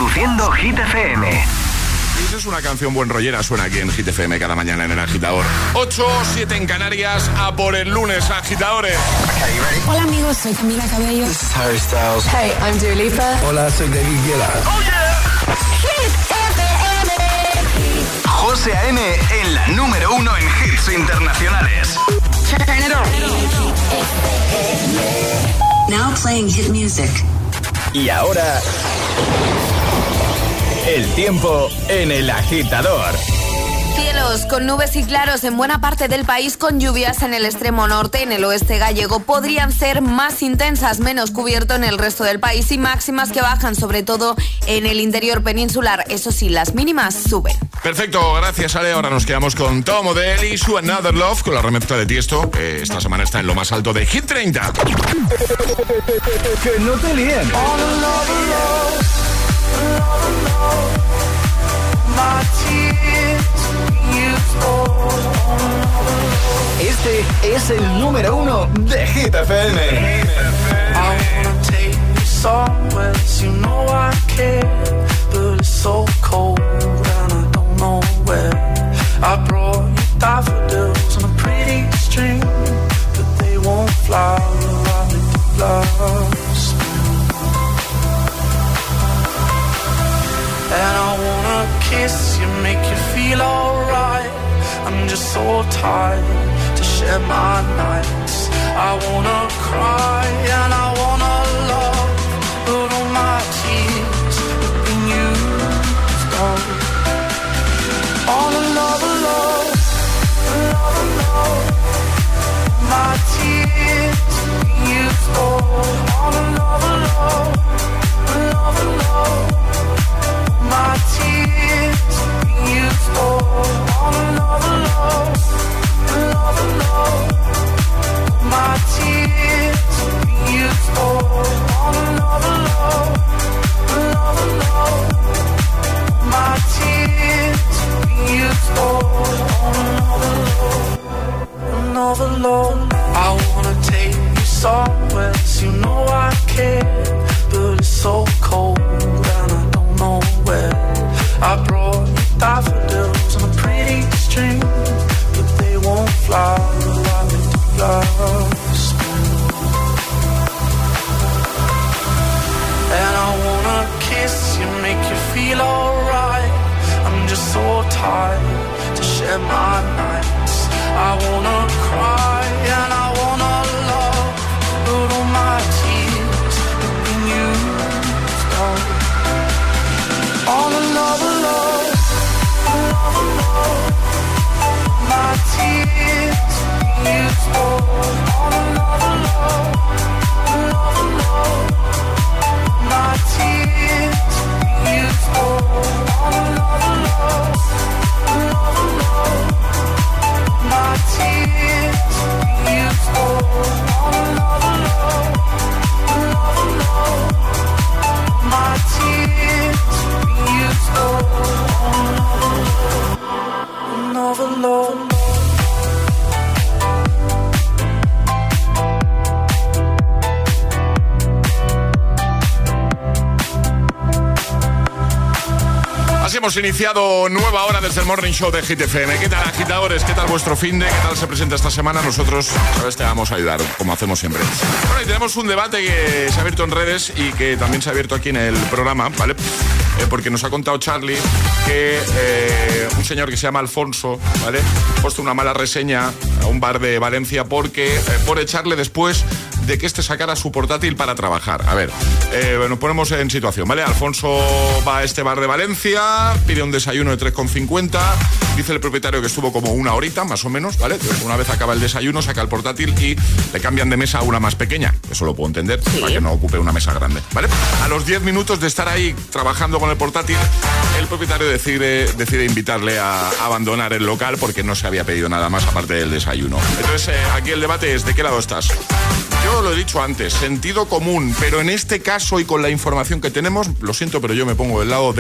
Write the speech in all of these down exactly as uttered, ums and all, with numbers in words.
Reproduciendo Hit F M. Es una canción buen rollera, suena aquí en Hit F M cada mañana en el agitador. ocho, siete en Canarias, a por el lunes, agitadores. Okay, hola amigos, soy Camila Cabello. This is Harry Styles. Hey, I'm Dua Lipa. Hola, soy David Guetta. Oh yeah. Hit F M. José A M en la número uno en hits internacionales. Turn it on. Now playing hit music. Y ahora, el tiempo en el agitador. Cielos con nubes y claros en buena parte del país, con lluvias en el extremo norte. En el oeste gallego podrían ser más intensas, menos cubierto en el resto del país, y máximas que bajan sobre todo en el interior peninsular. Eso sí, las mínimas suben. Perfecto, gracias Ale. Ahora nos quedamos con Tom Odell y su Another Love, con la remezcla de Tiesto, que esta semana está en lo más alto de Hit treinta. Que no te líen. Este es el número uno de Hit F M. I wanna take you somewhere, you know I care, but it's so cold and I don't know where. I brought you daffodils on a pretty string, but they won't fly like they did last spring. And I wanna kiss you, make you feel alright. I'm just so tired to share my nights. I wanna cry and I wanna love, but all my tears have been used up. On another love, another love. My tears have been used up. On another love, another love. My tears have been used up. On another love, another love. My tears have been used up. On another love, another love. My tears have been used up. On another love, another love. I wanna take you somewhere, you know I care, but it's so cold and I don't know where. I brought you daffodils on a pretty string, but they won't fly like they did last spring. And I wanna kiss you, make you feel alright. I'm just so tired to share my nights. I wanna cry and I wanna love, but all my tears have been used up. On another love, another love. My tears have been used up. On another love, another love. My tears have been used up. On another love, another love. My tears have been used up. On another love, another love. My tears have been used up. On another love, another love. Así hemos iniciado nueva hora desde el Morning Show de Hit F M. ¿Qué tal, agitadores? ¿Qué tal vuestro finde? ¿Qué tal se presenta esta semana? Nosotros, sabes, te vamos a ayudar, como hacemos siempre. Bueno, y tenemos un debate que se ha abierto en redes y que también se ha abierto aquí en el programa, ¿vale? Eh, porque nos ha contado Charlie que eh, un señor que se llama Alfonso, ¿vale?, ha puesto una mala reseña a un bar de Valencia porque eh, por echarle después de que este sacara su portátil para trabajar. A ver, eh, nos ponemos en situación, ¿vale? Alfonso va a este bar de Valencia, pide un desayuno de tres con cincuenta, dice el propietario que estuvo como una horita, más o menos, ¿vale? Entonces, una vez acaba el desayuno, saca el portátil y le cambian de mesa a una más pequeña. Eso lo puedo entender, sí, para que no ocupe una mesa grande, ¿vale? A los diez minutos de estar ahí trabajando con el portátil, el propietario decide, decide invitarle a, a abandonar el local porque no se había pedido nada más aparte del desayuno. Entonces, eh, aquí el debate es: ¿de qué lado estás? Yo lo he dicho antes, sentido común, pero en este caso y con la información que tenemos, lo siento, pero yo me pongo del lado de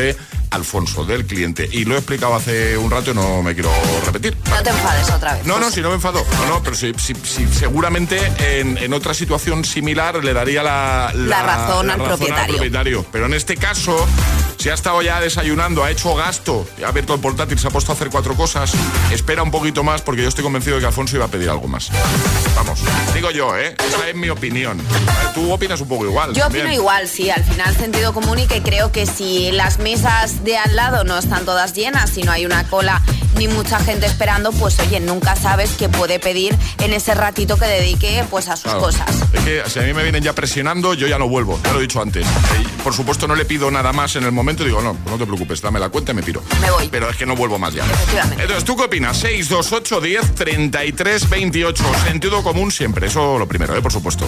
Alfonso, del cliente. Y lo he explicado hace un rato y no me quiero repetir. No te enfades otra vez. No, no, si no me enfado. No, no, pero sí, sí, sí, seguramente en, en otra situación similar le daría la, la, la razón, la al, razón propietario. al propietario. Pero en este caso, si ha estado ya desayunando, ha hecho gasto, ha abierto el portátil, se ha puesto a hacer cuatro cosas, espera un poquito más porque yo estoy convencido de que Alfonso iba a pedir algo más. Vamos, digo yo, ¿eh? Esa es mi opinión. Tú opinas un poco igual. Yo también. opino igual, sí. Al final sentido común, y que creo que si las mesas de al lado no están todas llenas, si no hay una cola ni mucha gente esperando, pues oye, nunca sabes qué puede pedir en ese ratito que dedique pues a sus claro. cosas. Es que si a mí me vienen ya presionando, yo ya no vuelvo, ya lo he dicho antes. Y por supuesto no le pido nada más en el momento, digo, no, no te preocupes, dame la cuenta y me piro. Me voy. Pero es que no vuelvo más ya. Efectivamente. Entonces, ¿tú qué opinas? seis dos ocho, diez, treinta y tres, veintiocho. Sentido común siempre, eso lo primero, ¿eh? Por supuesto.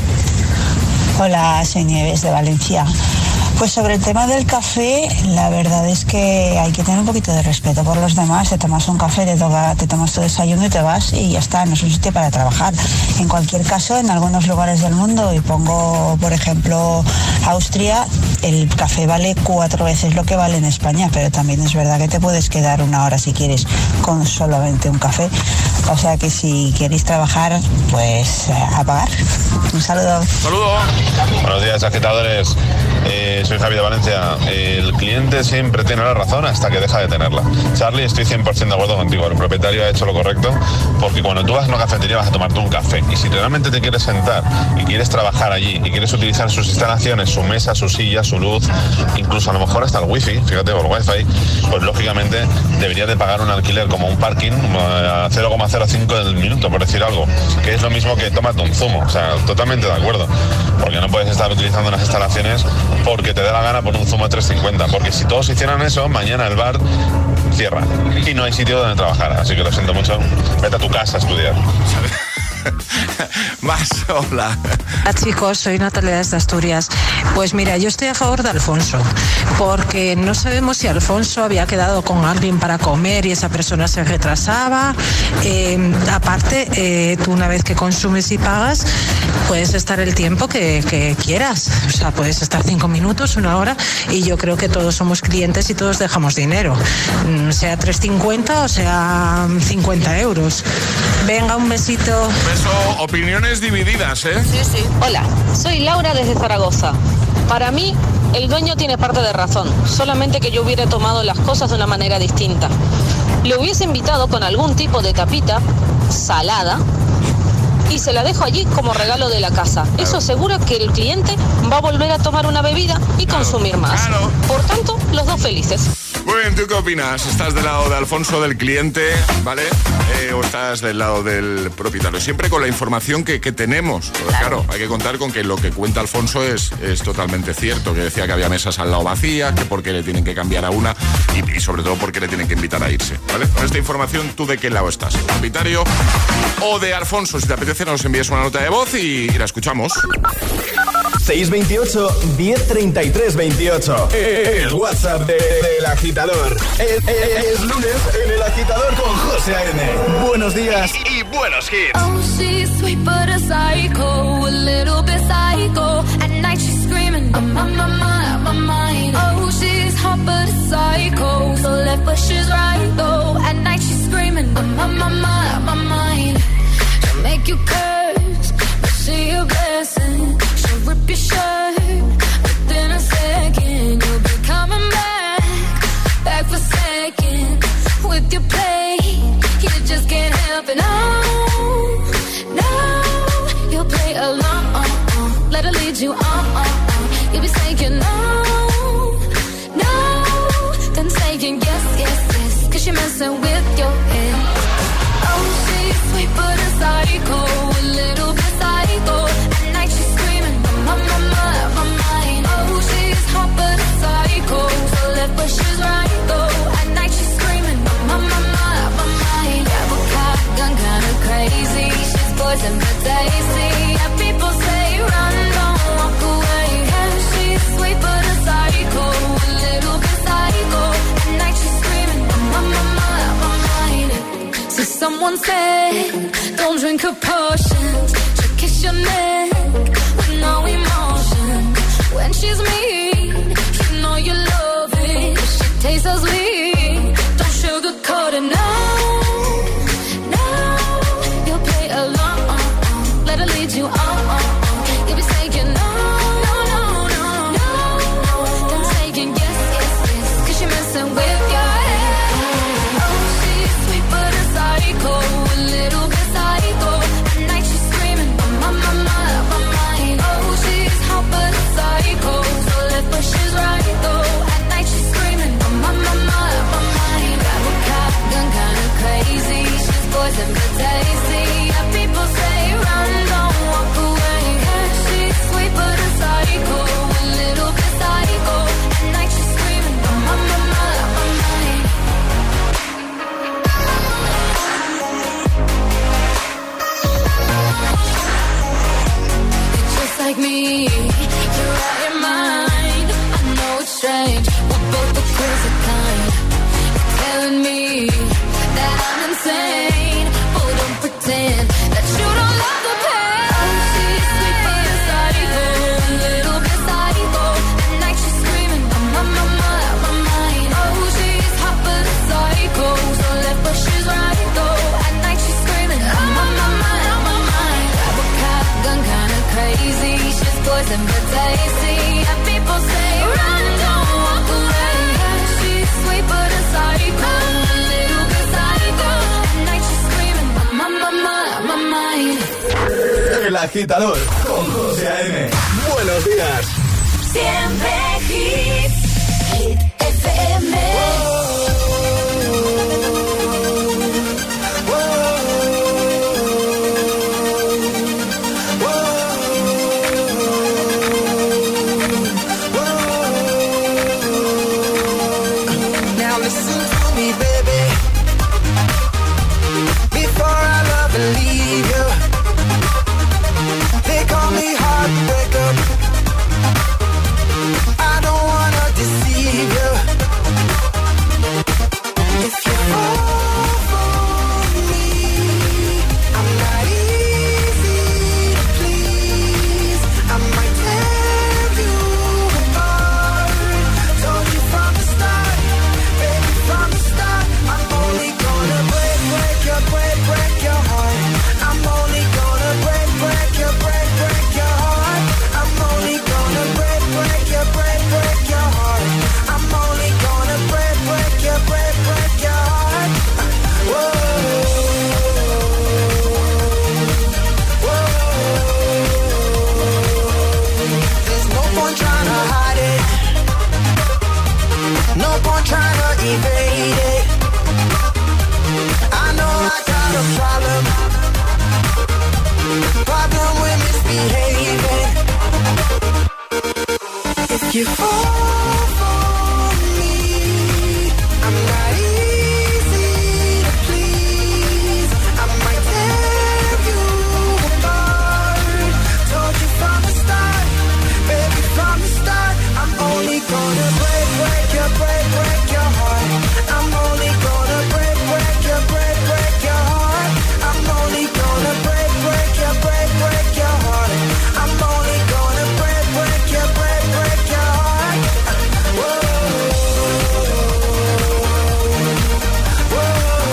Hola, soy Nieves de Valencia. Pues sobre el tema del café, la verdad es que hay que tener un poquito de respeto por los demás. Te tomas un café, te, toca, te tomas tu desayuno y te vas y ya está, no es un sitio para trabajar. En cualquier caso, en algunos lugares del mundo, y pongo por ejemplo Austria, el café vale cuatro veces lo que vale en España, pero también es verdad que te puedes quedar una hora si quieres con solamente un café. O sea que si queréis trabajar, pues eh, a pagar. Un saludo. Saludo. Buenos días, agitadores. Eh, soy Javi de Valencia. El cliente siempre tiene la razón hasta que deja de tenerla. Charlie, estoy cien por ciento de acuerdo contigo. El propietario ha hecho lo correcto, porque cuando tú vas a una cafetería vas a tomarte un café, y si realmente te quieres sentar y quieres trabajar allí y quieres utilizar sus instalaciones, su mesa, su silla, su luz, incluso a lo mejor hasta el wifi, fíjate, por wifi, pues lógicamente deberías de pagar un alquiler como un parking a cero coma cero cinco del minuto, por decir algo, que es lo mismo que tómate un zumo. O sea, totalmente de acuerdo, porque no puedes estar utilizando unas instalaciones porque te dé la gana por un zumo de tres cincuenta, porque si todos hicieran eso, mañana el bar cierra y no hay sitio donde trabajar. Así que lo siento mucho, vete a tu casa a estudiar. Más, hola. Hola chicos, soy Natalia desde Asturias. Pues mira, yo estoy a favor de Alfonso, porque no sabemos si Alfonso había quedado con alguien para comer y esa persona se retrasaba. Eh, aparte, eh, tú una vez que consumes y pagas, puedes estar el tiempo que, que quieras. O sea, puedes estar cinco minutos, una hora, y yo creo que todos somos clientes y todos dejamos dinero, sea tres cincuenta o sea cincuenta euros. Venga, un besito. Eso, opiniones divididas, ¿eh? Sí, sí. Hola, soy Laura desde Zaragoza. Para mí, el dueño tiene parte de razón, solamente que yo hubiera tomado las cosas de una manera distinta. Le hubiese invitado con algún tipo de tapita salada y se la dejo allí como regalo de la casa. Claro. Eso asegura que el cliente va a volver a tomar una bebida y claro, consumir más. Claro. Por tanto, los dos felices. Muy bien, ¿tú qué opinas? ¿Estás del lado de Alfonso, del cliente, ¿vale? Eh, ¿O estás del lado del propietario? Siempre con la información que, que tenemos. Pues claro, hay que contar con que lo que cuenta Alfonso es, es totalmente cierto. Que decía que había mesas al lado vacías, que por qué le tienen que cambiar a una y, y sobre todo por qué le tienen que invitar a irse, ¿vale? Con esta información, ¿tú de qué lado estás? ¿El propietario o de Alfonso? Si te apetece, nos envíes una nota de voz y, y la escuchamos. seis veintiocho, diez treinta y tres veintiocho. El WhatsApp de, de, del agitador. Es, es, es lunes en El Agitador con José A N. Buenos días y, y buenos hits. Oh, she's sweet but a psycho, a little bit psycho. At night she's screaming, I'm on my mind, my mind. Oh, she's hot but a psycho, so left but she's right though. At night she's screaming, I'm on my mind, my mind. She'll make you curse, but she a blessing. Rip your shirt within a second. You'll be coming back, back for seconds. With your play, you just can't help it. No, no, you'll play along. Let her lead you on. You'll be saying no, no, then saying yes, yes, yes. Cause you're messing with your head. Oh, she's sweet but a psycho, a little bit psycho. At night she's my, my, my, my mind. Oh, she's hot but a psycho, so left but she's right though. At night she's screaming, my, my, my, my mind. Yeah, but cop gun kinda crazy. She's poison but tasty. Yeah, people say run, don't walk away. Yeah, she's sweet but a psycho, a little bit psycho. At night she's screaming, my, my, my, my mind. So someone said, don't drink her potions. She'll kiss your neck. No emotion when she's mean, you know you love it. She tastes so sweet. Don't sugarcoat it, no, no. You'll play along, let her lead you on. You'll be saying no, no, no, no, no. Then saying yes, yes, yes, 'cause you're messing with your head. Oh, she's sweet but a psycho, a little bit psycho. At night she's screaming, my, my, my, my, my mind. Oh, she's hot but a psycho, so left but she's right though. At night she's screaming, my, my, my, my, my mind. Grab a cop, gun kinda crazy. She's poison but tasty. Yeah, people say run, don't walk away. Yeah, she's sweet but a psycho, a little bit psycho. At night she's screaming, my, my, my, my, my mind. You're just like me, you're out your mind. I know it's strange, we're both the crazy kind. You're telling me that I'm insane, but don't pretend that you don't love the pain. Oh, she's sweet but a psycho, a little bit psycho. At night she's screaming, my, my, my, my, my mind. Oh, she's hot but a psycho, so left but she's right though. At night she's screaming, my, my, my, my, my mind. Grab a cop, gun kinda crazy. She's poison but tasty. And people say run, don't walk away. Yeah, she's sweet but a psycho, a little bit psycho. At night she's screaming, my, my, my, my, my mind. El Agitador con José A M. Buenos días. Siempre hits, Hit F M. Now listen to me, baby. Before I love and leave you, they call me heartbreaker. I don't wanna deceive you. If you fall for me, I'm not easy to please. I might tear you apart. Told you from the start, baby, from the start. I'm only gonna break, break your, break, break your heart. I'm only gonna break, break your, break, break your heart. I'm only gonna break, break your, break, break your heart. I'm only gonna break, break your, break, break your heart. Whoa, whoa. There's no point trying to hide it. No point trying to evade it. I know I got a problem. Problem with misbehaving. If you fall for me, I'm not easy to please. I might tear you apart. Told you from the start, baby, from the start. I'm only gonna break, break your, break, break your heart. I'm only gonna break, break your, break, break your heart. I'm only gonna break, break your, break, break your heart. I'm only gonna break, break your, break, break your heart. Whoa, whoa,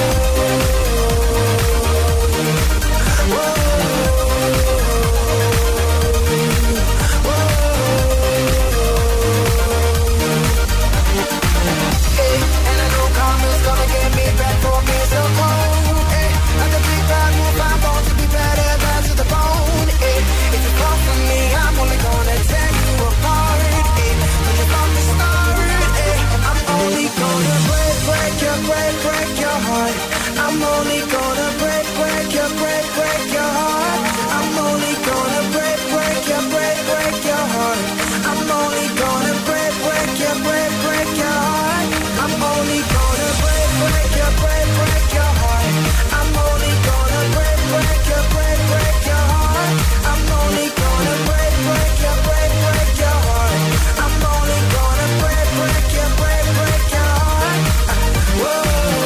Hey, and I know karma's gonna get me back for being so cold. Hey, like a big bad wolf, I'm born to be better, bad to the bone. Hey, if you come for me, I'm only gonna tear you apart. Hey, when you're from the start, hey, I'm only gonna break, break your, break, break your heart. I'm only gonna break, break your, break, break your heart. I'm only gonna break, break your, break, break your heart. I'm only gonna break, break your, break, break your heart. I'm only gonna break, break your, break, break your heart. I'm only gonna break, break your, break, break your heart. I'm only gonna break, break your, break, break your heart. I'm only gonna break, break your, break, break your heart. Whoa.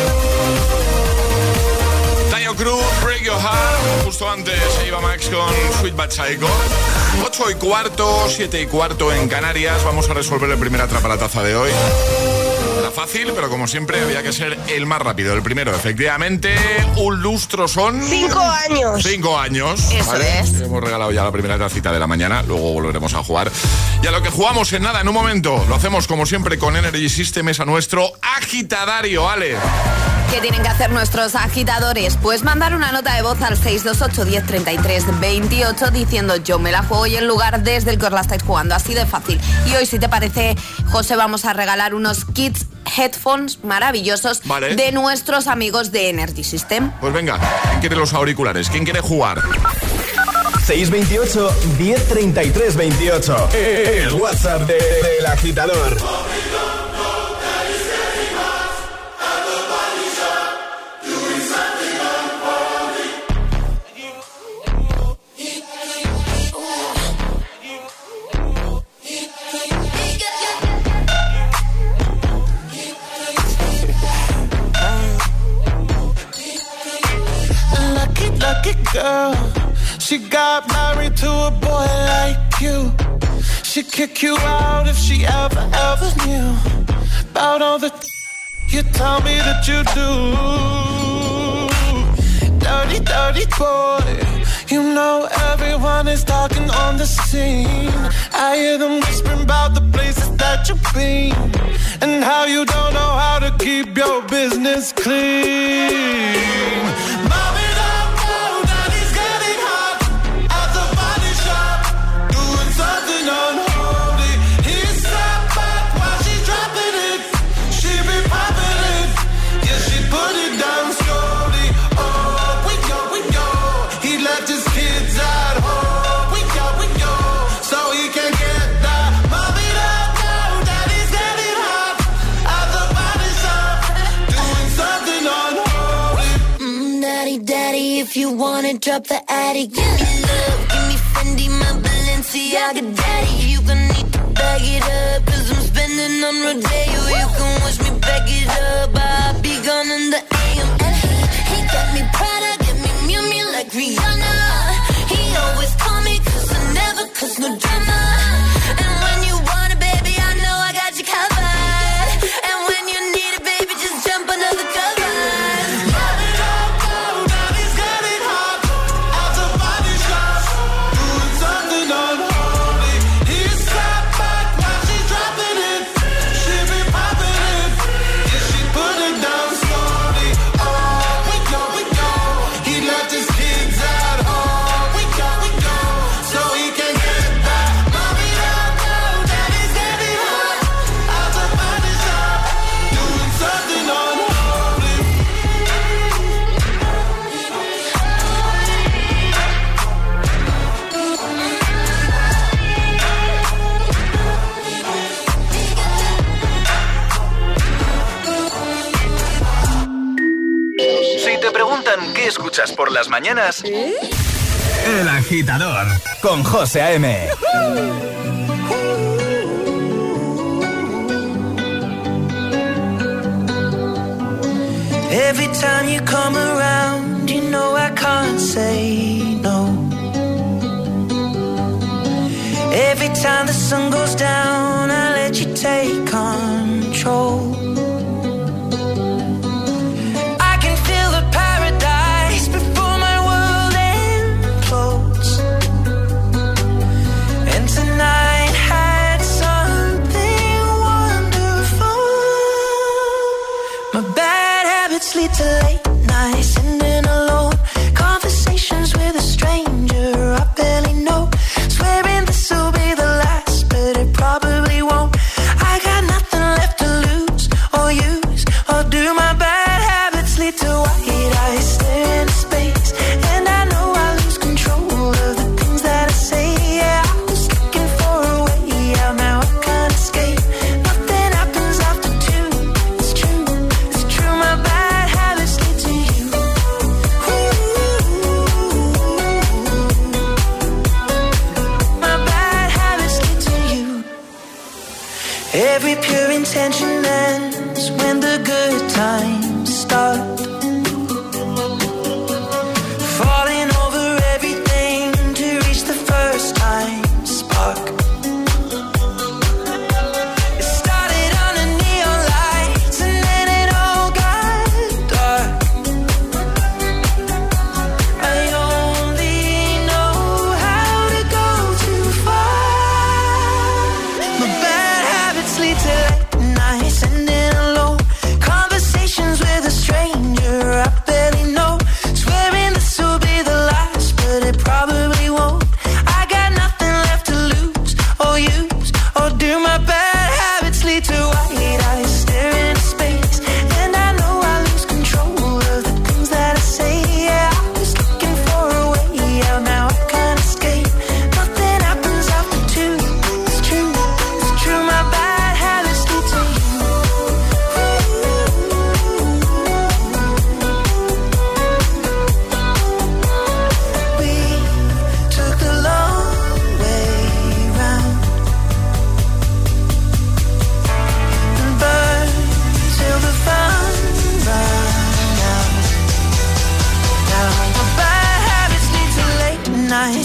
Tayo Cruz, Break Your Heart. Justo antes se iba Max con Sweet But Psycho. ocho y cuarto, siete y cuarto en Canarias. Vamos a resolver el primer atrapalataza de hoy. La fácil, pero como siempre había que ser el más rápido. El primero, efectivamente, un lustro son... Cinco años. Cinco años. Eso ¿vale? es. Hemos regalado ya la primera tacita de la mañana, luego volveremos a jugar. Y a lo que jugamos en nada, en un momento, lo hacemos como siempre con Energy System, es a nuestro agitadario, Ale. ¿Qué tienen que hacer nuestros agitadores? Pues mandar una nota de voz al seis dos ocho, diez, treinta y tres, veintiocho diciendo yo me la juego y el lugar desde el que os la estáis jugando, así de fácil. Y hoy, si te parece, José, vamos a regalar unos Kids Headphones maravillosos, vale, de nuestros amigos de Energy System. Pues venga, ¿quién quiere los auriculares? ¿Quién quiere jugar? seis veintiocho, diez, treinta y tres, veintiocho. El WhatsApp de, de El Agitador. Lucky girl, she got married to a boy like you. She'd kick you out if she ever, ever knew about all the you tell me that you do. Dirty, dirty boy, you know everyone is talking on the scene. I hear them whispering about the places that you've been and how you don't know how to keep your business clean. Mommy, if you wanna drop the attic, give me love, give me Fendi, my Balenciaga daddy. You gon' need to bag it up, cause I'm spending on Rodeo. You can wish me back it up, I'll be gone in the A M. And he, he got me Prada, get me Miu Miu like Rihanna. He always call me cause I never cause no drama. And when you want it, baby, I know I got you covered. And when you need it, baby, just jump under the covers. ¿Qué escuchas por las mañanas? ¿Eh? El Agitador con José A M. Every time you come around, you know I can't say no. Every time the sun goes down, I let you take control. Lead to late nights, sitting alone, conversations with a stranger I barely know, swearing this will be the last, but it probably won't. I got nothing left to lose or use, or do my bad habits lead to white eyes staring into space, and I know I lose control of the things that I say. Yeah, I was looking for a way out, now I can't escape. Nothing happens after two, it's true, it's true, my bad. Every pure intention ends when the good times start. Falling over everything to reach the first time spark. It started under neon lights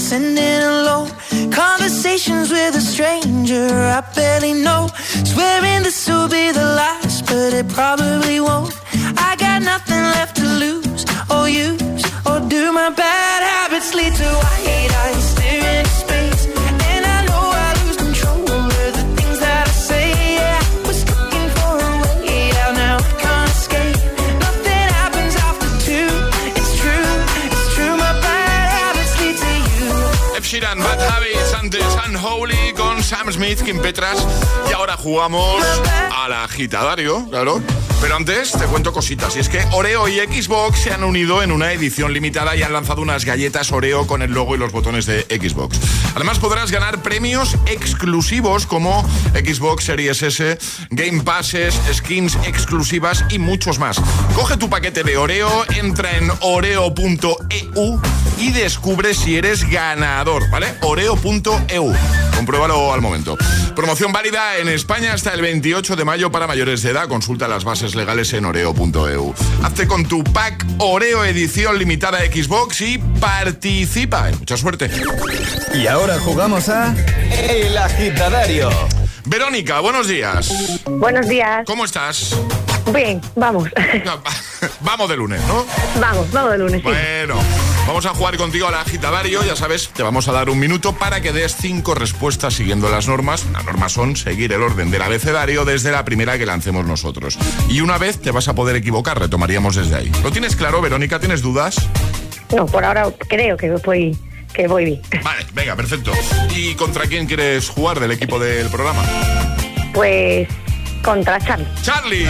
sending alone. Conversations with a stranger I barely know. Swearing this will be the last, but it probably won't. I got nothing left to lose or use, or do my bad habits lead to white eyes staring into space? And I know I lose control of the things that I say. Yeah, I was looking for a way out, now I can't escape. Nothing happens after two. It's true, it's true. My bad habits lead to you. Ed Sheeran, Bad Habits, antes Unholy con Sam Smith, Kim Petras. Y ahora jugamos al agitadario, claro. Pero antes te cuento cositas. Y es que Oreo y Xbox se han unido en una edición limitada y han lanzado unas galletas Oreo con el logo y los botones de Xbox. Además podrás ganar premios exclusivos como Xbox Series S, Game Passes, skins exclusivas y muchos más. Coge tu paquete de Oreo, entra en oreo punto e u y descubre si eres ganador, ¿vale? oreo punto e u. Compruébalo al momento. Promoción válida en España hasta el veintiocho de mayo para mayores de edad. Consulta las bases legales en oreo punto e u. Hazte con tu pack Oreo edición limitada Xbox y participa. Mucha suerte. Y ahora jugamos a El Agitadario. Verónica, buenos días. Buenos días. ¿Cómo estás? Bien, vamos. Vamos de lunes, ¿no? Vamos, vamos de lunes, sí. Bueno, vamos a jugar contigo al agitadario. Ya sabes, te vamos a dar un minuto para que des cinco respuestas siguiendo las normas. Las normas son seguir el orden del abecedario desde la primera que lancemos nosotros. Y una vez te vas a poder equivocar, retomaríamos desde ahí. ¿Lo tienes claro, Verónica? ¿Tienes dudas? No, por ahora creo que voy, que voy bien. Vale, venga, perfecto. ¿Y contra quién quieres jugar del equipo del programa? Pues contra Charlie. ¡Charlie!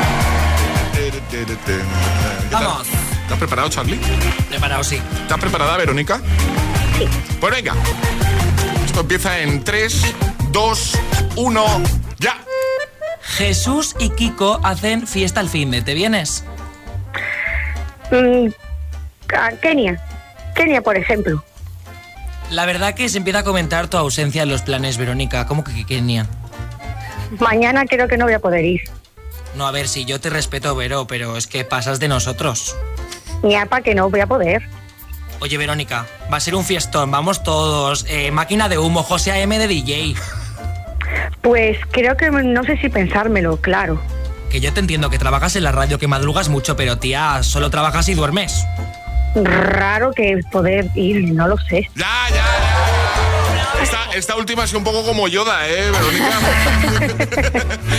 Vamos. ¿Estás preparado, Charlie? Preparado, sí. ¿Estás preparada, Verónica? Sí. Pues venga. Esto empieza en tres, dos, uno, ya. Jesús y Kiko hacen fiesta al finde. ¿Te vienes? Mm, a Kenia. Kenia, por ejemplo. La verdad que se empieza a comentar tu ausencia en los planes, Verónica. ¿Cómo que Kenia? Mañana creo que no voy a poder ir. No, a ver, si yo te respeto, Vero, pero es que pasas de nosotros. Ñapa, que no voy a poder. Oye, Verónica, va a ser un fiestón, vamos todos. Eh, máquina de humo, José A M de D J. Pues creo que no sé si pensármelo, claro. Que yo te entiendo que trabajas en la radio, que madrugas mucho, pero tía, solo trabajas y duermes. Raro que poder ir, no lo sé. Ya, ya, ya. Esta, esta última es un poco como Yoda, ¿eh, Verónica?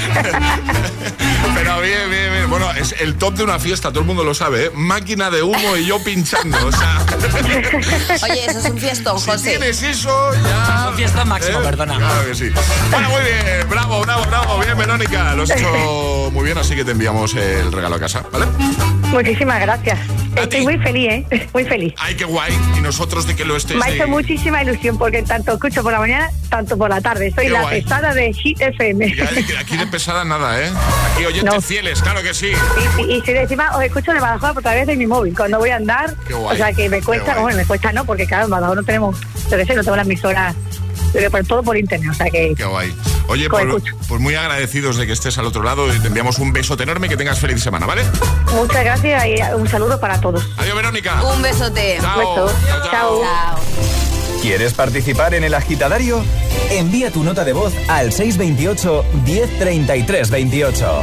Pero bien, bien, bien. Bueno, es el top de una fiesta, todo el mundo lo sabe, ¿eh? Máquina de humo y yo pinchando, o sea... Oye, eso es un fiestón, José. Si tienes eso, ya... Es un fiestón máximo, ¿Eh? Perdona. Claro que sí. Bueno, muy bien, bravo, bravo, bravo. Bien, Verónica, lo has hecho muy bien, así que te enviamos el regalo a casa, ¿vale? Muchísimas gracias. Estoy muy feliz, ¿eh? Muy feliz. Ay, qué guay. Y nosotros de que lo estés... Me ha hecho de... muchísima ilusión porque tanto escucho por la mañana, tanto por la tarde. Soy qué la guay. pesada de Hit F M. Ya, aquí de pesada nada, ¿eh? Aquí oyentes No. fieles, claro que sí. Y, y, y si encima os escucho de Badajoz a través de mi móvil cuando voy a andar. Qué guay. O sea que me cuesta, bueno, me cuesta no, porque claro, en Badajoz no tenemos, yo qué sé, no tengo la emisora, pero por todo por internet, o sea que... Qué guay. Oye, Pues pues, escucho. pues muy agradecidos de que estés al otro lado y te enviamos un besote enorme y que tengas feliz semana, ¿vale? Muchas gracias y un saludo para todos. Adiós, Verónica. Un besote. Chao. Besos. Chao, chao. Chao. ¿Quieres participar en El Agitadario? Envía tu nota de voz al seis dos ocho, diez treinta y tres veintiocho.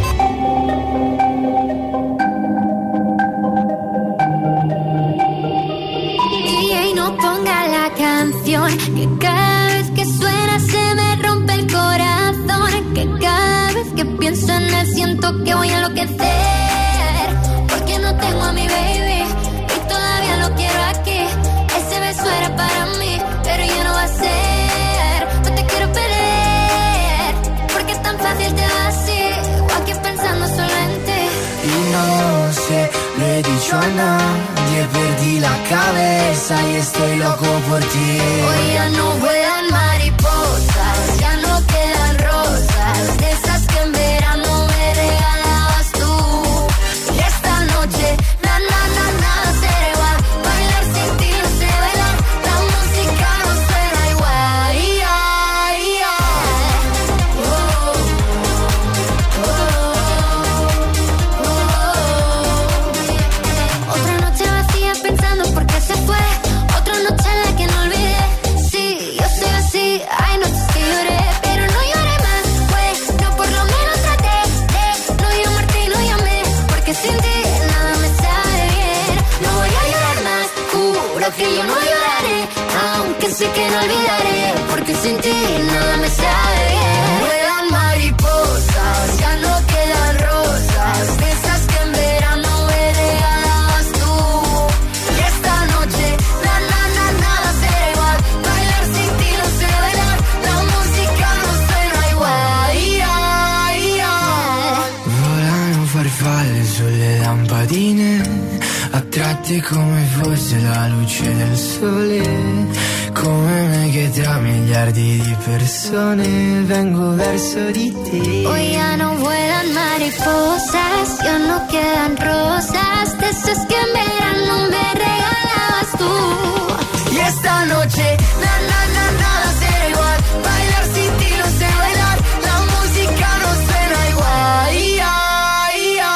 D J, no ponga la canción, que cada vez que suena se me rompe el corazón, que cada vez que pienso en él siento que voy a enloquecer, porque no tengo a mi baby y todavía lo quiero aquí. Ese beso era para mí, pero ya no va a ser. No te quiero perder, porque es tan fácil te va así, o aquí pensando solo en ti. Y no sé, lo he dicho a nadie, perdí la cabeza y estoy loco por ti. Hoy ya no vuelan mariposas, ya no quedan rosas, de esas que en verano me regalabas tú. Y esta noche, na na na nada será igual, bailar sin ti no sé bailar, la música no suena igual. Ay, ay, ay. Oh, oh, oh. Otra noche vacía pensando por qué se fue, otra noche en la que no olvidé. olvidaré, porque sin ti nada me sabe bien. Vuelan mariposas, ya no quedan rosas, de esas que en verano me regalabas tú. Y esta noche, na, na, na, nada será igual. Bailar sin ti no sé bailar, la música no suena igual. Ia, ia. Volano farfalle sulle lampadine, attratti come fosse la luce del sole, come me che tra miliardi di persone vengo verso di te. Hoy ya no vuelan mariposas, ya no quedan rosas, de esas que en verano me regalabas tú. Y esta noche, na, na, na, nada será igual. Bailar sin ti no sé bailar, la música no suena igual. Ia, ia.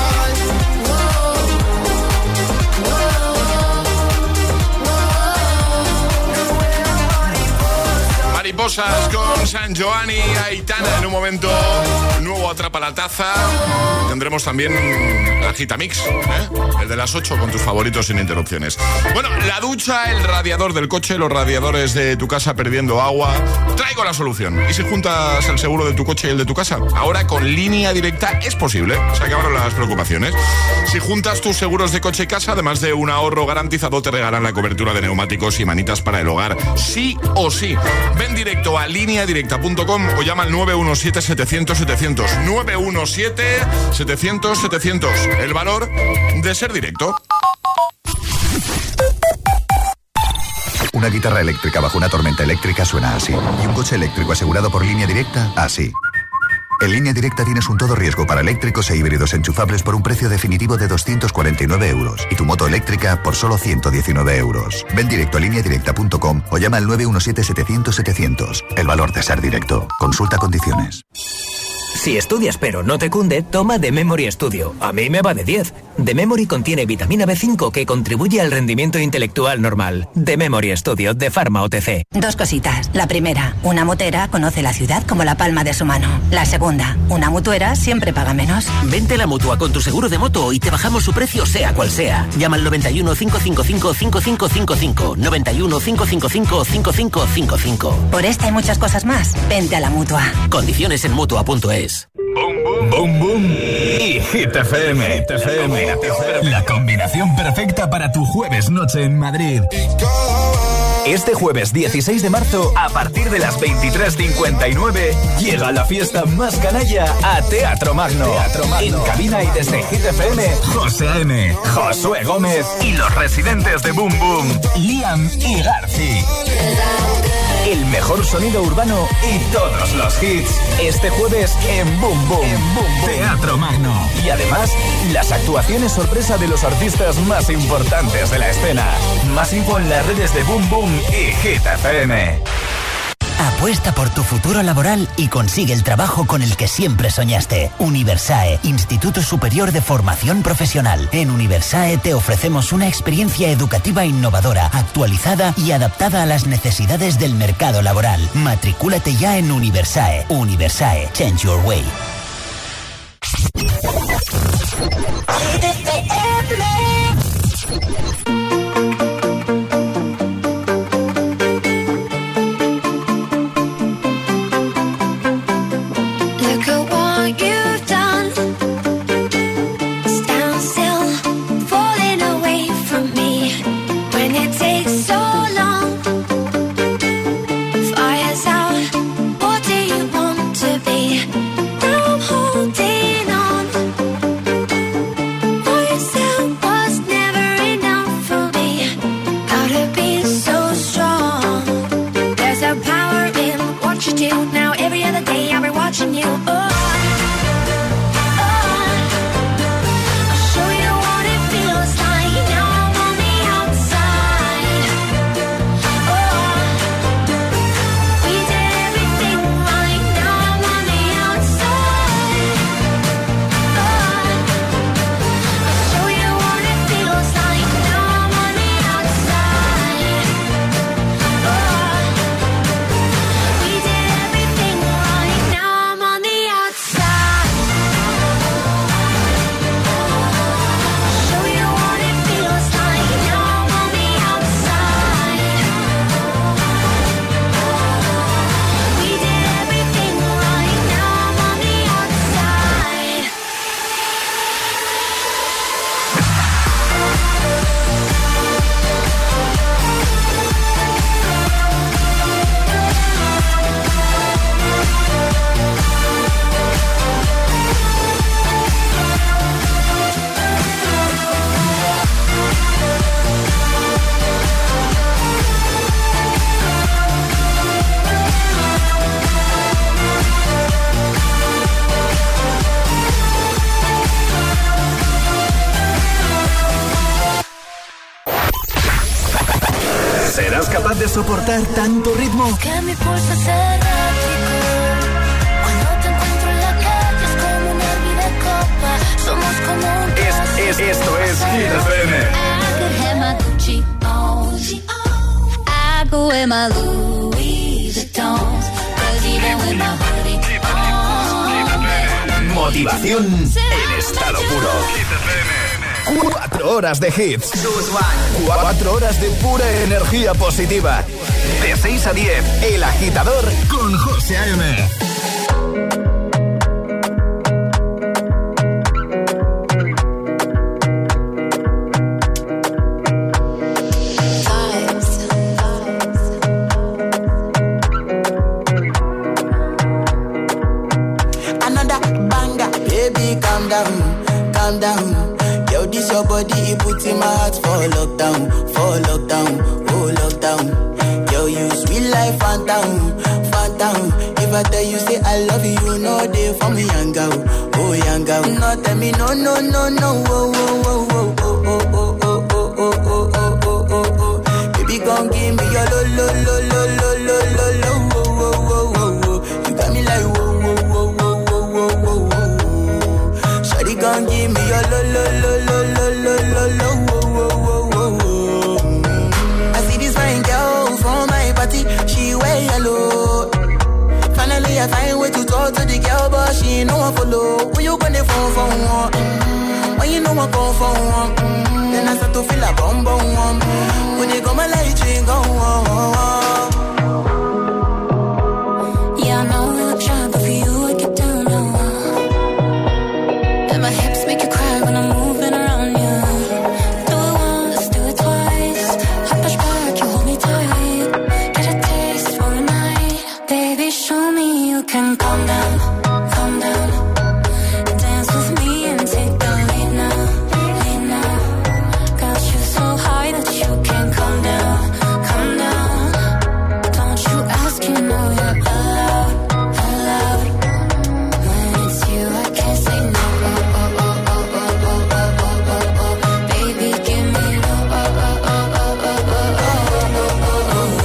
Mariposas con San Giovanni, Aitana. En un momento, nuevo Atrapa la Taza. Tendremos también la Agitamix, ¿eh? El de las ocho con tus favoritos sin interrupciones. Bueno, la ducha, el radiador del coche, los radiadores de tu casa perdiendo agua. Traigo la solución. ¿Y si juntas el seguro de tu coche y el de tu casa? Ahora con Línea Directa es posible. Se acabaron las preocupaciones. Si juntas tus seguros de coche y casa, además de un ahorro garantizado, te regalan la cobertura de neumáticos y manitas para el hogar. Sí o sí. Ven directo a línea directa punto com o llama al nueve uno siete, setecientos, setecientos. nueve uno siete, setecientos, setecientos. El valor de ser directo. Una guitarra eléctrica bajo una tormenta eléctrica suena así. Y un coche eléctrico asegurado por Línea Directa, así. En Línea Directa tienes un todo riesgo para eléctricos e híbridos enchufables por un precio definitivo de doscientos cuarenta y nueve euros y tu moto eléctrica por solo ciento diecinueve euros. Ven directo a línea directa punto com o llama al nueve uno siete, setecientos, setecientos. El valor de ser directo. Consulta condiciones. Si estudias pero no te cunde, toma The Memory Studio. A mí me va de diez. The Memory contiene vitamina B cinco que contribuye al rendimiento intelectual normal. The Memory Studio de Pharma O T C. Dos cositas. La primera, una motera conoce la ciudad como la palma de su mano. La segunda, una mutuera siempre paga menos. Vente a la Mutua con tu seguro de moto y te bajamos su precio sea cual sea. Llama al noventa y uno, cinco cinco cinco, cinco cinco cinco cinco. noventa y uno, cinco cinco cinco, cinco cinco cinco cinco. Por esta y muchas cosas más, vente a la Mutua. Condiciones en Mutua punto es. Boom, boom, boom y Hit F M. Hit F M. La combinación perfecta para tu jueves noche en Madrid. Este jueves dieciséis de marzo, a partir de las veintitrés cincuenta y nueve, llega la fiesta más canalla a Teatro Magno. Teatro Magno. En cabina y desde Hit F M, José A.M., Josué Gómez y los residentes de Boom Boom, Liam y Garci. El mejor sonido urbano y todos los hits. Este jueves en Boom Boom, en Boom Boom. Teatro Magno. Y además, las actuaciones sorpresa de los artistas más importantes de la escena. Más info en las redes de Boom Boom y Hit F M. Apuesta por tu futuro laboral y consigue el trabajo con el que siempre soñaste. Universae, Instituto Superior de Formación Profesional. En Universae te ofrecemos una experiencia educativa innovadora, actualizada y adaptada a las necesidades del mercado laboral. Matricúlate ya en Universae. Universae, change your way. Fires out, what do you want to be? Now capaz de soportar tanto ritmo? Que mi pulso es errático. Cuando te encuentro en la calle es como una vida copa. Somos como un es, es, Esto es Hit F M. I could have my Gucci on. I could wear my Louis Vuitton. Cause even with my hoodie on. Motivación en estado puro. Cuatro horas de hits. Cuatro horas de pura energía positiva. De seis a diez, El Agitador con José A M. Another banger, baby, calm down, calm down. Yo, this your body, it puts in my heart for lockdown, for lockdown, oh lockdown. Yo, you sweet life, phantom, phantom. If I tell you say I love you, you know they for me, young girl, oh young girl. No, tell me no, no, no, no, oh, oh, oh, oh, oh, oh, oh, oh, oh, oh, oh, oh, oh, oh. Baby, gon' give me your lo, lo, lo, lo, lo, lo, lo, lo, oh, oh, oh, oh, oh. You got me like whoa, whoa, whoa, whoa, whoa, whoa, whoa. Shawty gon' give me your lo, lo, lo, lo, lo, lo, lo, lo, oh, oh, oh, oh, oh. I see this fine girl from my party, she wear yellow. Finally I find way to talk to the girl, but she ain't no one follow. When you gonna phone for one? When you know I come for one? Then I start to feel a bum bum one. When they come my light ring go on. Yeah, I know we look shy, but for you I get down low. And my hips make you cry when I'm moving around you. Do it once, do it twice. I push back, you hold me tight. Get a taste for a night. Baby, show me you can calm down, calm down. Dance with me and take the lead now, lead now. Got you so high that you can't calm down, calm down. Don't you ask, you know you're allowed, allowed. When it's you, I can't say no. Oh, oh, oh, oh, oh, oh, oh, oh, oh. Baby, give me no. Oh, oh, oh, oh, oh, oh, oh, oh,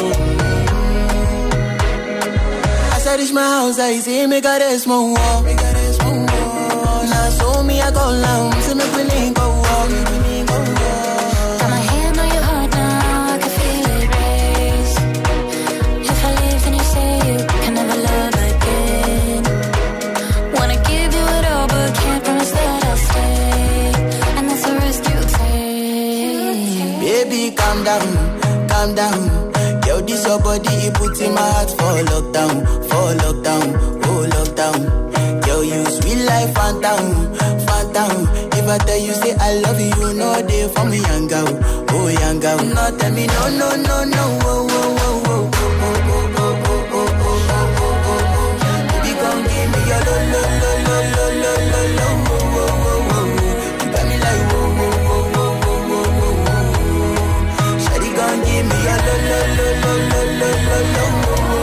oh. As I reach my house, I see me got a small wall. Now show me I go down, see me feeling go walk. Got my hand on your heart now, I can feel it race. If I leave, then you say you can never love again. Wanna give you it all, but can't promise that I'll stay. And that's the risk you take. Baby, calm down, calm down. Yo, this your body, it puts in my heart for lockdown, for lockdown, oh lockdown. Yo, you sweet life, phantom, phantom. If I tell you say I love you, you know they for me, young girl, oh young girl. No, tell me no, no, no, no, oh, oh, oh, oh, oh, oh, oh, oh, oh, oh, oh, oh, oh. Baby, gon' give me your lo, lo, lo, lo, lo, lo, lo, lo, oh, oh, oh, oh. You got me like whoa, whoa, whoa, whoa, whoa, whoa, whoa. Shawty gon' give me your lo, lo, lo, lo, lo, lo, lo, lo, oh, oh, oh, oh.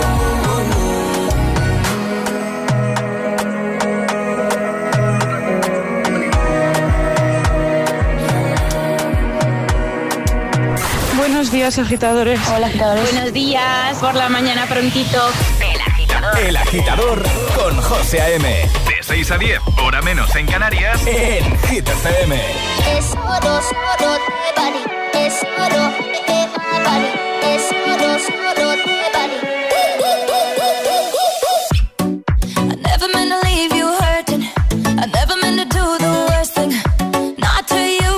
Buenos días, agitadores. Hola, agitadores. Buenos días, por la mañana prontito. El Agitador. El Agitador con José A M. De seis a diez, hora menos en Canarias, en Hit F M. Es oro, oro de Bali. Es oro de Bali. Es oro, oro de Bali. I never meant to leave you hurting. I never meant to do the worst thing. Not to you.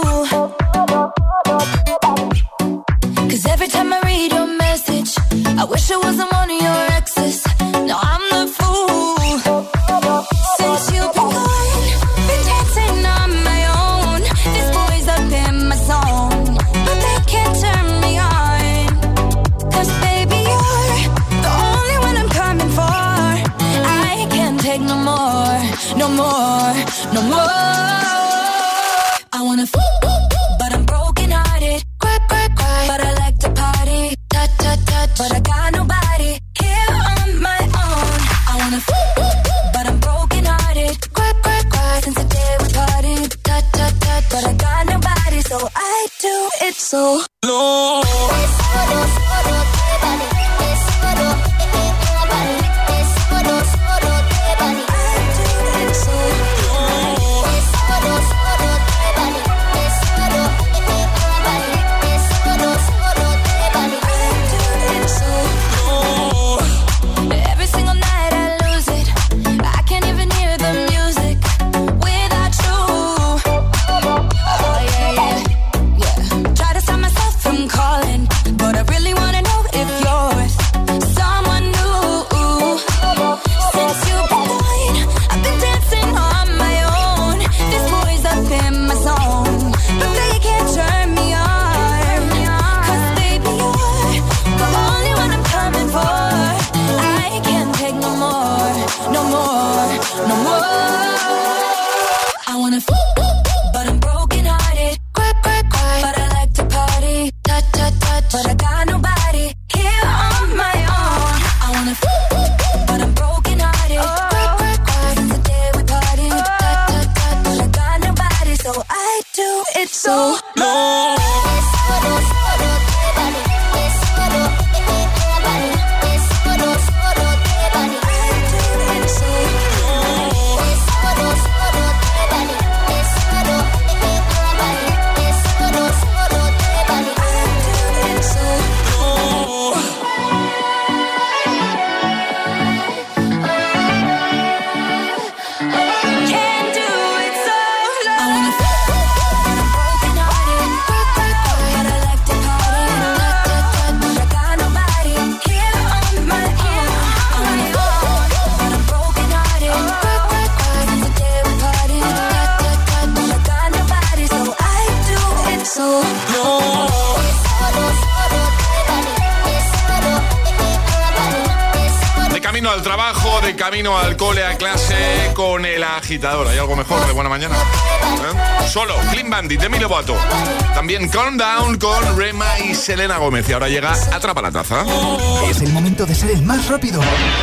Cause every time I read your message, I wish I wasn't one of your exes. No, I'm the fool. Since you've been gone, been dancing on my own. This boy's up in my zone, but they can't turn me on. Cause baby, you're the only one I'm coming for. I can't take no more, no more, no more. I wanna f- but I'm broken hearted. Cry, cry, cry, but I like to party. Touch, touch, touch, but I got nobody here on my own. I wanna f- but I'm broken hearted. Cry, cry, cry, since the day we parted. Touch, touch, touch, but I got nobody, so I do it so low. solo. Al trabajo, de camino al cole, a clase, con el agitador. ¿Hay algo mejor de buena mañana? ¿Eh? Solo, Clean Bandit, de Demi Lovato. También Calm Down con Rema y Selena Gómez. Y ahora llega Atrapa la Taza. Es el momento de ser el más rápido.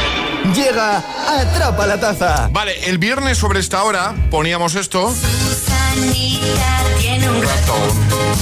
Llega Atrapa la Taza. Vale, el viernes sobre esta hora poníamos esto. Susanita tiene un ratón,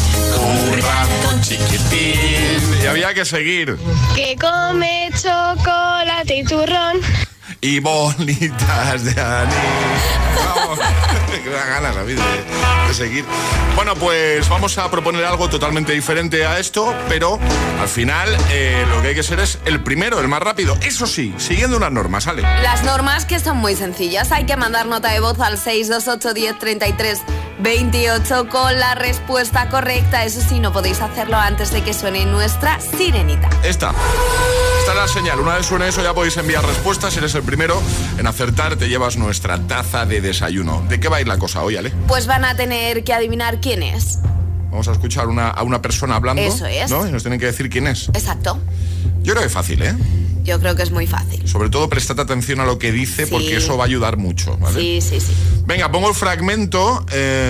un ratón chiquitín. Y había que seguir. Que come chocolate y turrón. Y bolitas de anís. Vamos, que me da ganas a mí de, de seguir. Bueno, pues vamos a proponer algo totalmente diferente a esto, pero al final eh, lo que hay que ser es el primero, el más rápido. Eso sí, siguiendo unas normas, ¿sale? Las normas que son muy sencillas. Hay que mandar nota de voz al seis dos ocho, diez, treinta y tres, veintiocho con la respuesta correcta. Eso sí, no podéis hacerlo antes de que suene nuestra sirenita. Esta. Esta es la señal. Una vez suene eso ya podéis enviar respuestas. Si eres el primero en acertar, te llevas nuestra taza de desayuno. ¿De qué va a ir la cosa hoy, Ale? Pues van a tener que adivinar quién es. Vamos a escuchar una, a una persona hablando. Eso es. ¿No? Y nos tienen que decir quién es. Exacto. Yo creo que es fácil, ¿eh? Yo creo que es muy fácil. Sobre todo prestad atención a lo que dice, sí, porque eso va a ayudar mucho, ¿vale? Sí, sí, sí. Venga, pongo el fragmento.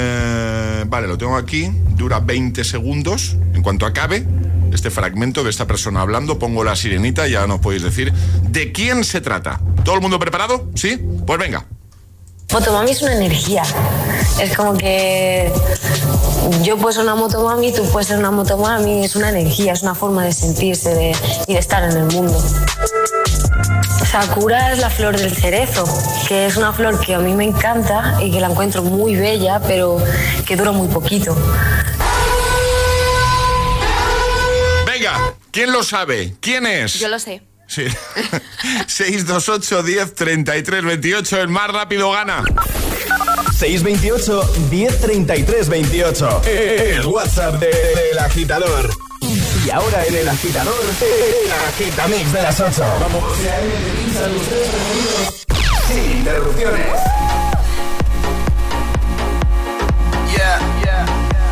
Eh, vale, lo tengo aquí. Dura veinte segundos. En cuanto acabe este fragmento de esta persona hablando, pongo la sirenita y ya nos podéis decir de quién se trata. ¿Todo el mundo preparado? ¿Sí? Pues venga. Motomami es una energía. Es como que yo puedo ser una motomami, tú puedes ser una motomami. Es una energía, es una forma de sentirse de, y de estar en el mundo. Sakura es la flor del cerezo, que es una flor que a mí me encanta y que la encuentro muy bella, pero que dura muy poquito. Venga, ¿quién lo sabe? ¿Quién es? Yo lo sé. Sí. seis dos ocho, diez, treinta y tres, veintiocho. El más rápido gana. seis veintiocho, diez, treinta y tres, veintiocho. El WhatsApp del agitador. Y ahora en el agitador, el agitamix de las ocho. Vamos. Sin interrupciones. Yeah, yeah,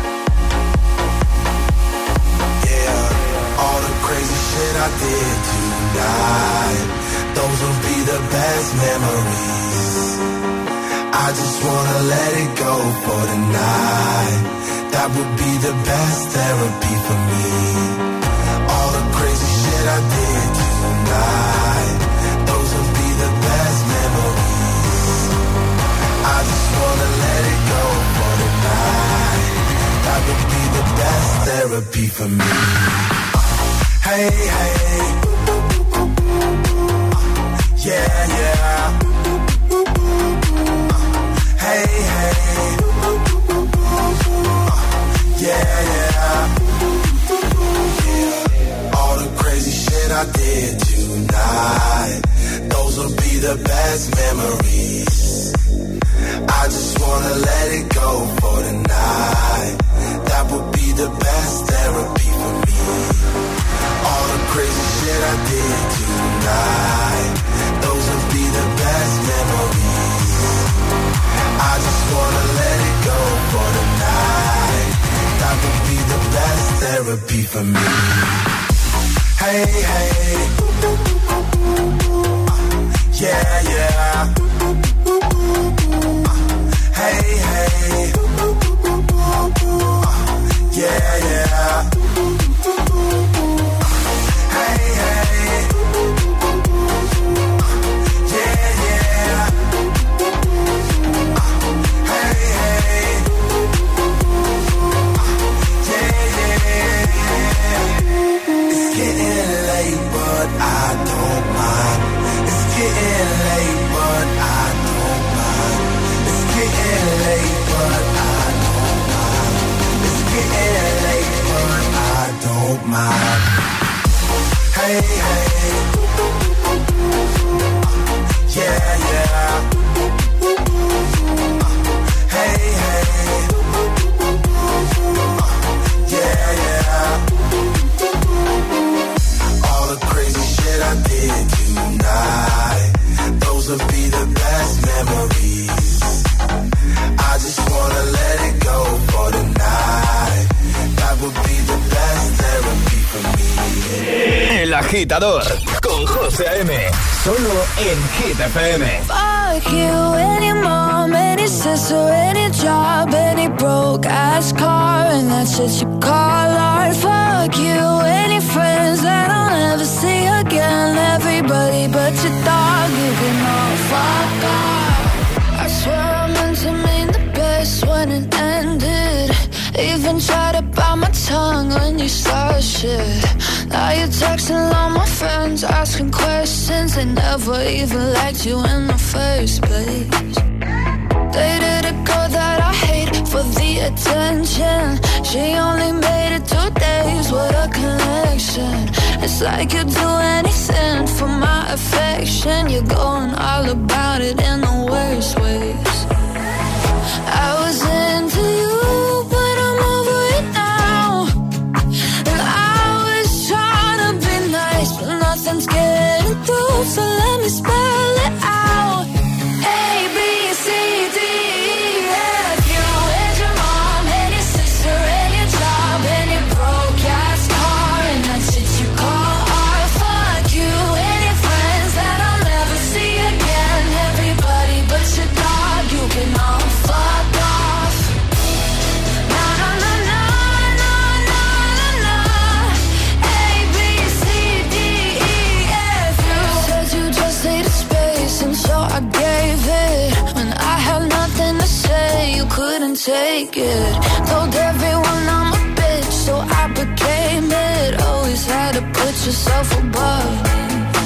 yeah. All the crazy shit I did tonight, those will be the best memories. I just wanna let it go for tonight. That would be the best therapy for me. All the crazy shit I did tonight, those will be the best memories. I just wanna let it go for tonight. That would be the best therapy for me. Hey, hey. Yeah, yeah. Hey, hey. Yeah, yeah. All the crazy shit I did tonight, those will be the best memories. I just wanna let it go for tonight. That would be the best therapy for me. All the crazy shit I did tonight, those will be the best memories. I just wanna let it go for tonight. That would be the best therapy for me. Hey, hey. Yeah, yeah. Hey, hey. Yeah, yeah. Hey, hey. Yeah, yeah. Hey, hey. Agitador con José A M. Solo en Hit F M. Fuck you, any mom, any sister, any job, any broke ass car, and that's shit you call art. Fuck you, any friends that I'll never see again. Everybody but your dog, you can all fuck off. I swear I meant to mean the best when it ended. Even tried to bite my tongue when you started shit. Now you're texting all my friends, asking questions. They never even liked you in the first place. Dated a girl that I hate for the attention. She only made it two days, what a connection. It's like you'd do anything for my affection. You're going all about it in the worst ways. I was into you, but I'm over it now. And I was trying to be nice, but nothing's getting through, so let me spell it out. A, B, C, D, E, F, you and your mom, and your sister, and your job, and your broke ass car, and that shit you call art. Fuck you and your friends that I'll never see again. Everybody but your dog, you can all fuck off. Na na na na na na na na. A, B, C, D, E, F, you said you just needed space, and so I gave it. When I had nothing to say, you couldn't take it. Told everyone I'm a bitch, so I became it. Always had to put yourself above me.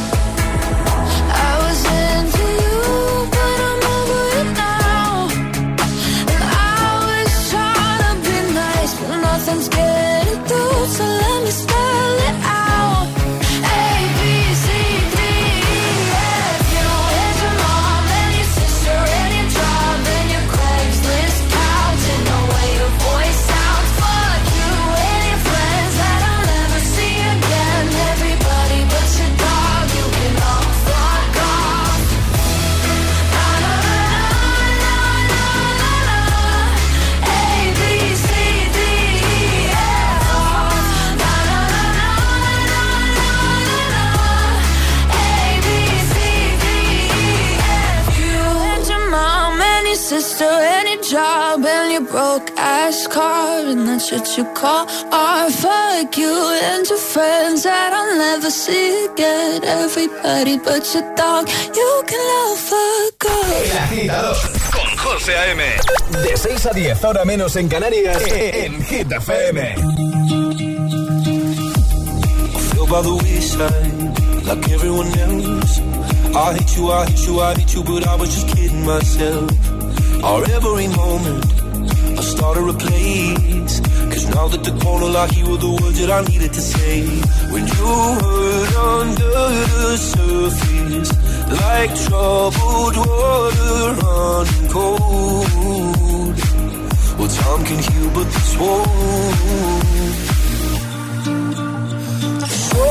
I was into you, but I'm over it now. And I was trying to be nice, but nothing's getting through, so let me spell it out. A, B, C, D, E, F, you and your mom, and your sister, and your job, and your Craigslist couch, and the way your voice sounds. Fuck you and your friends that I'll never see again. Everybody but your dog, you can all fuck off. Na na na na na na na. A, B, C, D, E, F. Na na na na na na na na. A, B, C, D, E, F. You and your mom and your sister and your job and your broke ass car, and that's what you call art. Fuck you and your friends that I'll never see again. Everybody but your dog, you can love fuck El off. Agitador con José A M. De seis a diez, hora menos en Canarias, en Hit F M. Feel by the wayside, like everyone else. I hate you, I hate you, I hate you, but I was just kidding myself. Our every moment, I started a place. Cause now that the corner lock, you were the words that I needed to say. When you hurt under the surface, like troubled water running cold. Well, time can heal, but this won't. So,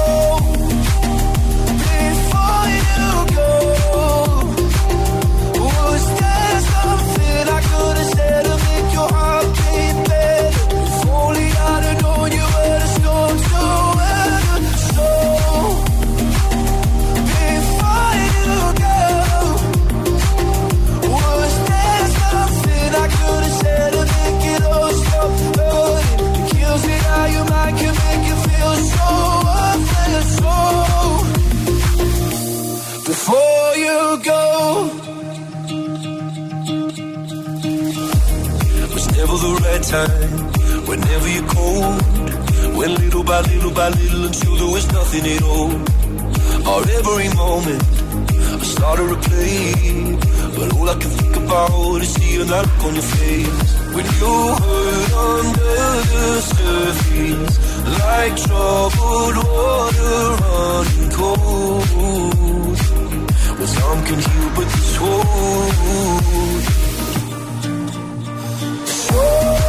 before you go, was there something I could have said to make your heart beat better? If only I'd have known you were the storm to weather. So, before you go, was there something I could have said to make it all stop hurting? It kills me how your mind can make you feel so worthless. So, before you go, was never the right time, whenever you're cold. Went little by little by little until there was nothing at all. Or every moment I started to play, but all I can think about is seeing that look on your face. When you hurt under the surface, like troubled water running cold. Well, some can heal, but this won't. So,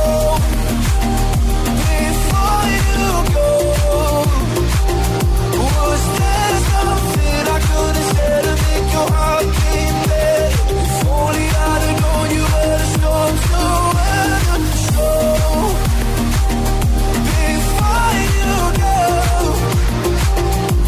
before you go, was there something I could have said to make your heart beat better? If only I'd have known you were the storm to weather. So, before you go,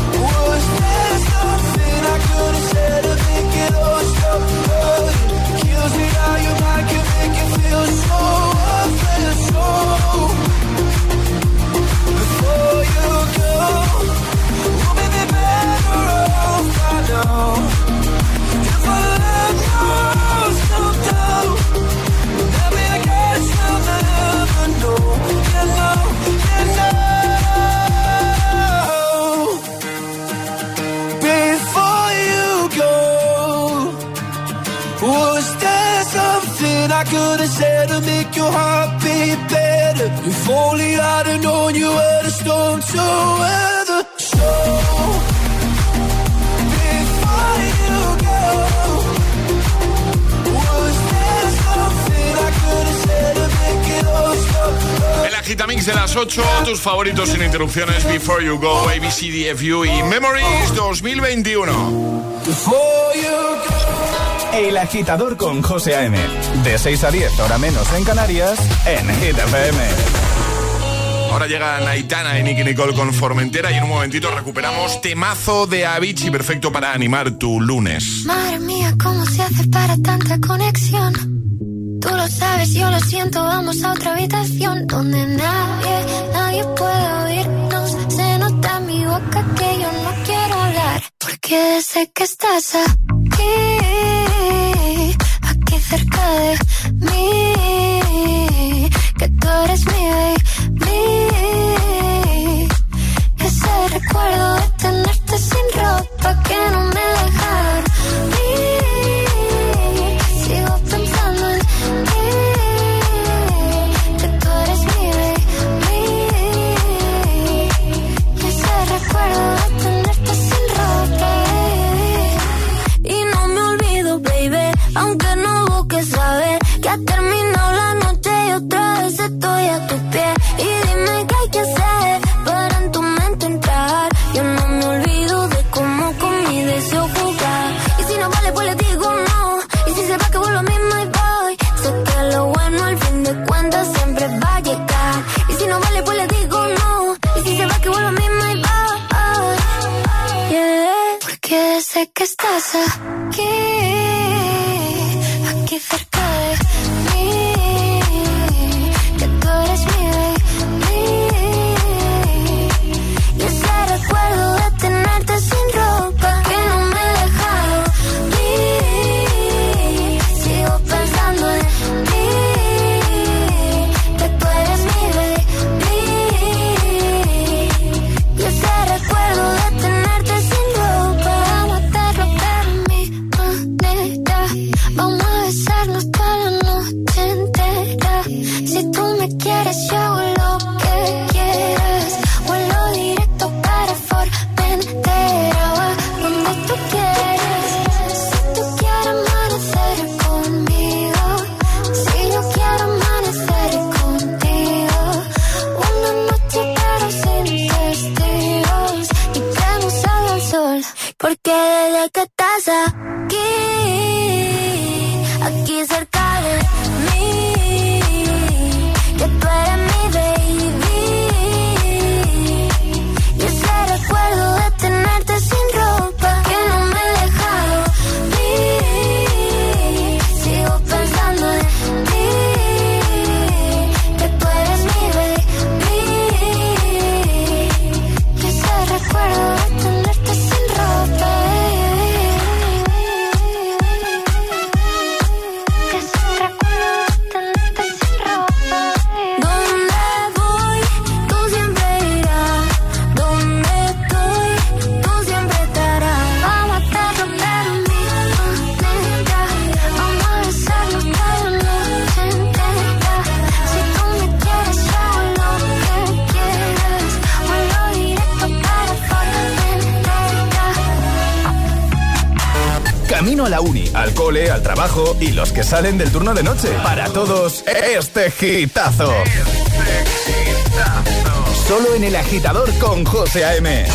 could have said to make your heart beat better. If only I'd have known you were the storm to weather. So before you go, was there something I could have said to make it all stop? El Agitamix de las ocho, tus favoritos sin interrupciones, Before You Go, A B C D F U y Memories dos mil veintiuno. Before you go. El Agitador con José A M. De seis a diez, hora menos en Canarias, en Hit F M. Ahora llega Aitana y Nicky Nicole con Formentera y en un momentito recuperamos temazo de Avicii, perfecto para animar tu lunes. Madre mía, ¿cómo se hace para tanta conexión? Tú lo sabes, yo lo siento, vamos a otra habitación donde nadie, nadie puede oírnos. Se nota en mi boca que yo no quiero hablar, porque sé que estás aquí, aquí cerca de mí, que tú eres mi baby. Ese recuerdo de tenerte sin ropa que no me dejaron ir. Sigo pensando en ti, que tú eres mi baby. Ese recuerdo de tenerte sin ropa. Y no me olvido, baby, aunque no busques saber que ha terminado la noche y otra vez estoy a tu pie. Y dime qué hay que hacer para en tu mente entrar. Yo no me olvido de cómo con mi deseo jugar. Y si no vale, pues le digo no. Y si se va, que vuelvo a mí, my boy. Sé que lo bueno al fin de cuentas siempre va a llegar. Y si no vale, pues le digo no. Y si se va, que vuelvo a mí, my boy. Yeah. Porque sé que estás aquí, aquí cerca de mí, que tú eres mi baby. Y ese recuerdo de tenerte sin ropa que no me he dejado ir. Sigo pensando en ti, que tú eres mi baby. Y ese recuerdo de tenerte sin ropa. Vamos a hacerlo pero mi manera. Vamos a besarnos toda la noche entera. Si tú me quieres yo hago lo que quieras. Vuelo directo para Formentera, va donde tú quieres. Si tú quieres amanecer conmigo, si yo quiero amanecer contigo. Una noche pero sin testigos, y que no salga el sol. Porque desde que estás aquí, aquí cerca de mí, que tú eres mi baby. Y ese recuerdo de tenerte sin ropa que no me he dejado ir. Sigo pensando en ti, que tú eres mi baby. Y ese recuerdo de tenerte sin ropa. Que ese recuerdo de tenerte sin ropa. Donde voy, tú siempre irás. Donde estoy, tú siempre estarás. Vamos a hacerlo pero mi manera. Vamos a besarnos toda la noche entera. Si tú me quieres yo hago lo que quieras. Vuelo directo para Formentera. Camino a la uni, al cole, al trabajo y los que salen del turno de noche. Para todos, este hitazo. Solo en El Agitador con José A M.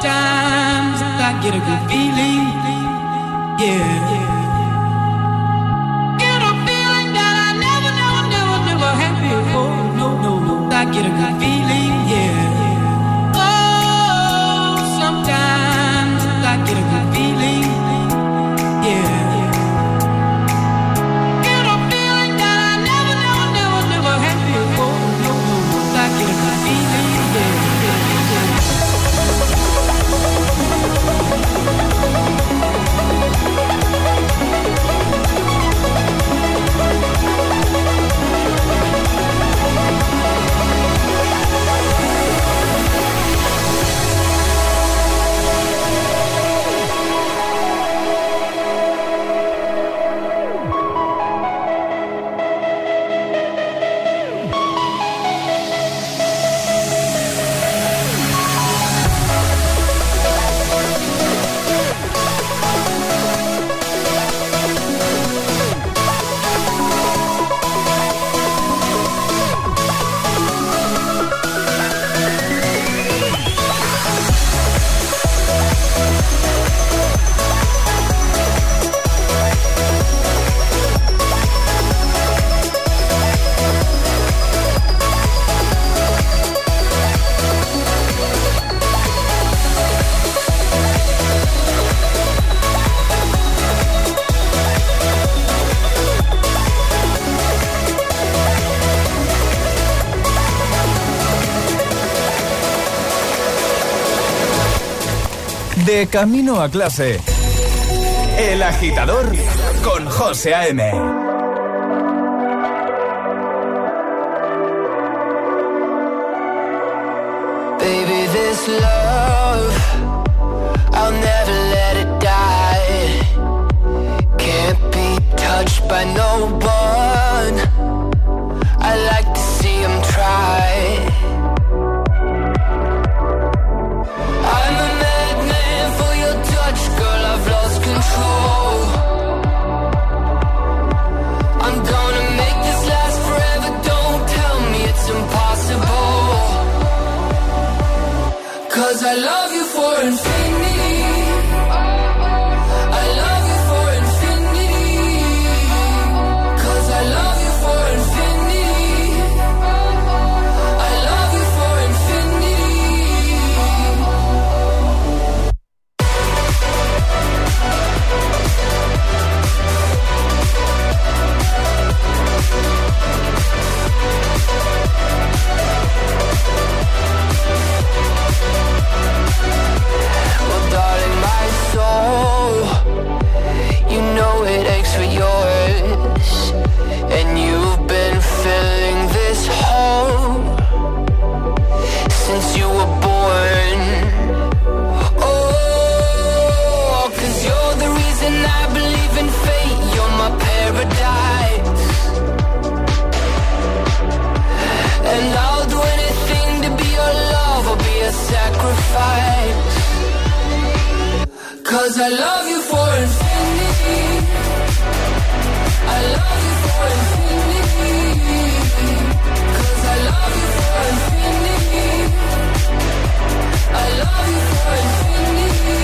Sometimes I get a good feeling, yeah. Get a feeling that I never, never, never, never had before. No, no, no, I get a good feeling, yeah. Oh, sometimes I get a good feeling, yeah. Get a feeling that I never, never, never, never had before. No, no, no, I get a good feeling, yeah. De camino a clase, El Agitador con José A M. Baby, this love, I'll never let it die. Can't be touched by no one. I like to see him try. I'm a madman for your touch, girl, I've lost control. I'm gonna make this last forever, don't tell me it's impossible. 'Cause I love you for infinity. I love you for infinity. 'Cause I love you for infinity. I love you for infinity. Well, darling, my soul, you know it aches for yours, and you've been filling this hole since you were born. Oh, 'cause you're the reason I believe in fate. You're my paradise, and I'll do anything to be your love or be a sacrifice. 'Cause I love you for infinity. I love you for infinity. 'Cause I love you for infinity. I love you for infinity.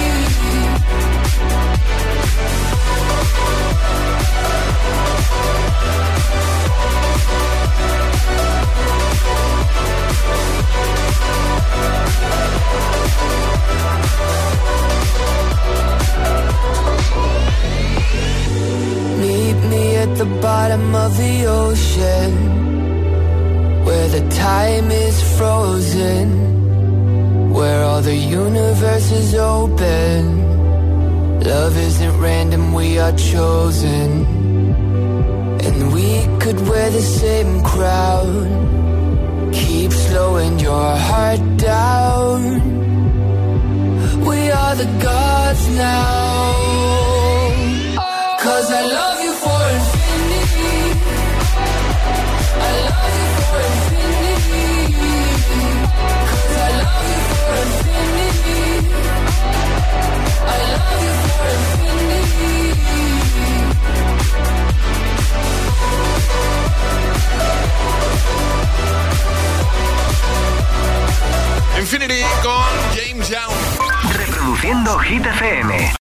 Meet me at the bottom of the ocean, where the time is frozen, where all the universe is open. Love isn't random, we are chosen, and we could wear the same crown. Keep slowing your heart down. We are the gods now. 'Cause I love you for infinity. I love you for infinity. 'Cause I love you for infinity. I love you for infinity. Infinity con James Young. Reproduciendo Hit F M.